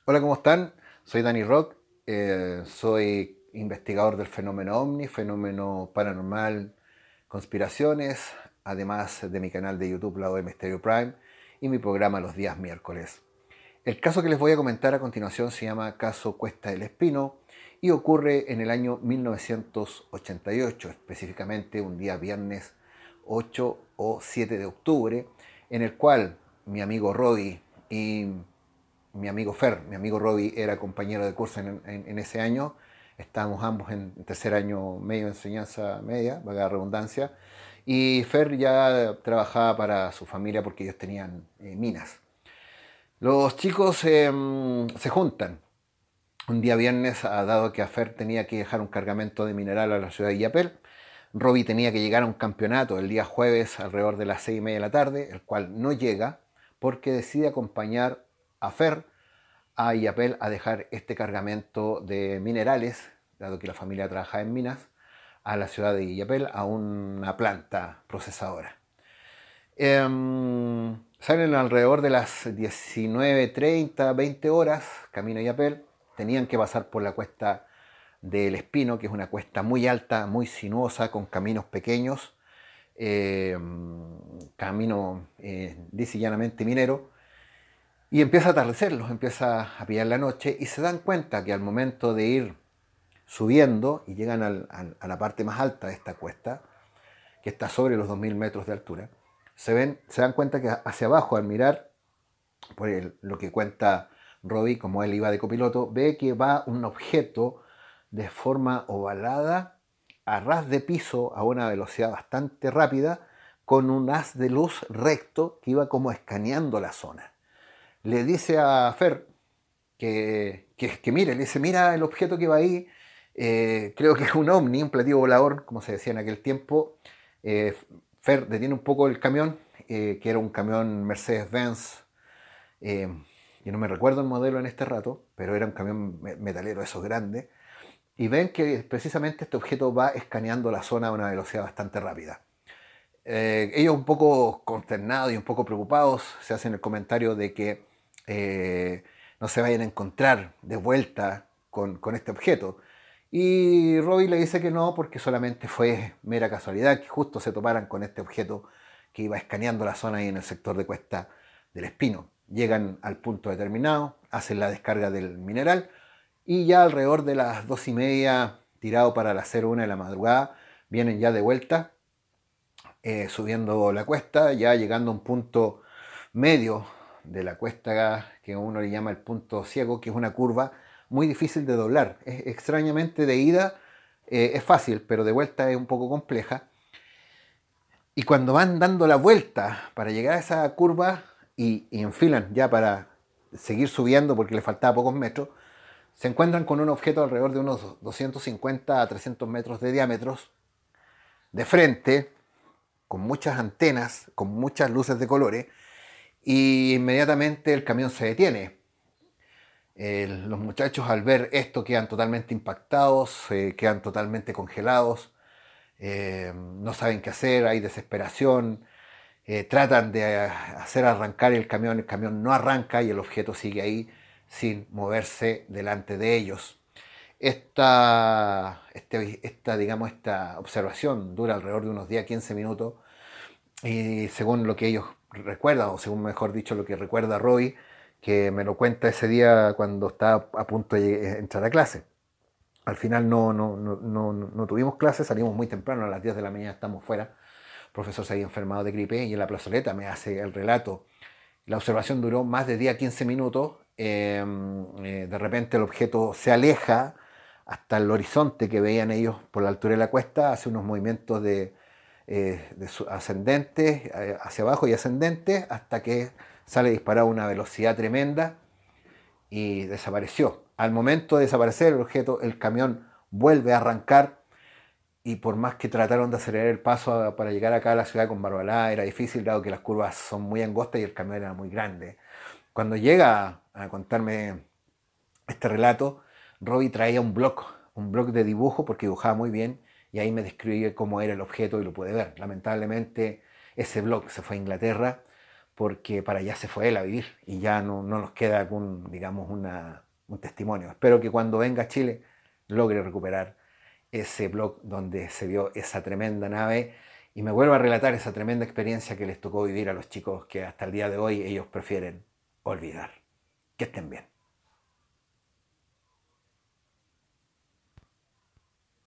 Hola, ¿cómo están? Soy Danny Rock, soy investigador del fenómeno OVNI, fenómeno paranormal, conspiraciones, además de mi canal de YouTube Lado de Misterio Prime y mi programa los días miércoles. El caso que les voy a comentar a continuación se llama Caso Cuesta del Espino y ocurre en el año 1988, específicamente un día viernes 8 o 7 de octubre, en el cual mi amigo Roddy y mi amigo Fer, mi amigo Robbie era compañero de curso en ese año. Estábamos ambos en tercer año medio de enseñanza media, valga la redundancia. Y Fer ya trabajaba para su familia porque ellos tenían minas. Los chicos se juntan un día viernes, dado que a Fer tenía que dejar un cargamento de mineral a la ciudad de Illapel. Robbie tenía que llegar a un campeonato el día jueves alrededor de las 6:30 de la tarde, el cual no llega porque decide acompañar a Fer a Illapel a dejar este cargamento de minerales, dado que la familia trabaja en minas, a la ciudad de Illapel, a una planta procesadora. Salen alrededor de las 19:30, 20 horas, camino a Illapel, tenían que pasar por la cuesta del Espino, que es una cuesta muy alta, muy sinuosa, con caminos pequeños, eh, camino lisa y llanamente minero, y empieza a atardecer, los empieza a pillar la noche y se dan cuenta que al momento de ir subiendo y llegan a la parte más alta de esta cuesta, que está sobre los 2000 metros de altura, se dan cuenta que hacia abajo al mirar, por lo que cuenta Robbie, como él iba de copiloto, ve que va un objeto de forma ovalada a ras de piso a una velocidad bastante rápida con un haz de luz recto que iba como escaneando la zona. Le dice a Fer que mire, le dice, mira el objeto que va ahí, creo que es un ovni, un platillo volador, como se decía en aquel tiempo. Eh, Fer detiene un poco el camión, que era un camión Mercedes-Benz, eh, yo no me recuerdo el modelo en este rato, pero era un camión metalero, esos grandes, y ven que precisamente este objeto va escaneando la zona a una velocidad bastante rápida. Ellos un poco consternados y un poco preocupados se hacen el comentario de que no se vayan a encontrar de vuelta con este objeto. Y Robbie le dice que no, porque solamente fue mera casualidad que justo se toparan con este objeto que iba escaneando la zona ahí en el sector de Cuesta del Espino. Llegan al punto determinado, hacen la descarga del mineral y ya alrededor de las 2:30, tirado para las 01 de la madrugada, vienen ya de vuelta, subiendo la cuesta, ya llegando a un punto medio de la cuesta que uno le llama el punto ciego, que es una curva muy difícil de doblar. Extrañamente de ida es fácil, pero de vuelta es un poco compleja. Y cuando van dando la vuelta para llegar a esa curva y enfilan ya para seguir subiendo porque le faltaba pocos metros, se encuentran con un objeto alrededor de unos 250 a 300 metros de diámetros, de frente, con muchas antenas, con muchas luces de colores, y inmediatamente el camión se detiene. Los muchachos al ver esto quedan totalmente impactados, quedan totalmente congelados, no saben qué hacer, hay desesperación, tratan de hacer arrancar el camión no arranca y el objeto sigue ahí sin moverse delante de ellos. Digamos, esta observación dura alrededor de unos 10 a 15 minutos y según lo que ellos recuerdan, o según mejor dicho lo que recuerda Roy, que me lo cuenta ese día cuando estaba a punto de entrar a clase. Al final no tuvimos clase, salimos muy temprano, a las 10 de la mañana estamos fuera. El profesor se había enfermado de gripe y en la plazoleta me hace el relato. La observación duró más de 10 a 15 minutos. De repente el objeto se aleja hasta el horizonte que veían ellos por la altura de la cuesta, hace unos movimientos de ascendentes hacia abajo y ascendentes hasta que sale disparado a una velocidad tremenda y desapareció. Al momento de desaparecer el objeto, el camión vuelve a arrancar y por más que trataron de acelerar el paso para llegar acá a la ciudad con Barbalá, era difícil dado que las curvas son muy angostas y el camión era muy grande. Cuando llega a contarme este relato, Robbie traía un blog de dibujo porque dibujaba muy bien y ahí me describía cómo era el objeto y lo pude ver. Lamentablemente ese blog se fue a Inglaterra porque para allá se fue él a vivir y ya no nos queda digamos, un testimonio. Espero que cuando venga a Chile logre recuperar ese blog donde se vio esa tremenda nave y me vuelva a relatar esa tremenda experiencia que les tocó vivir a los chicos que hasta el día de hoy ellos prefieren olvidar. Que estén bien.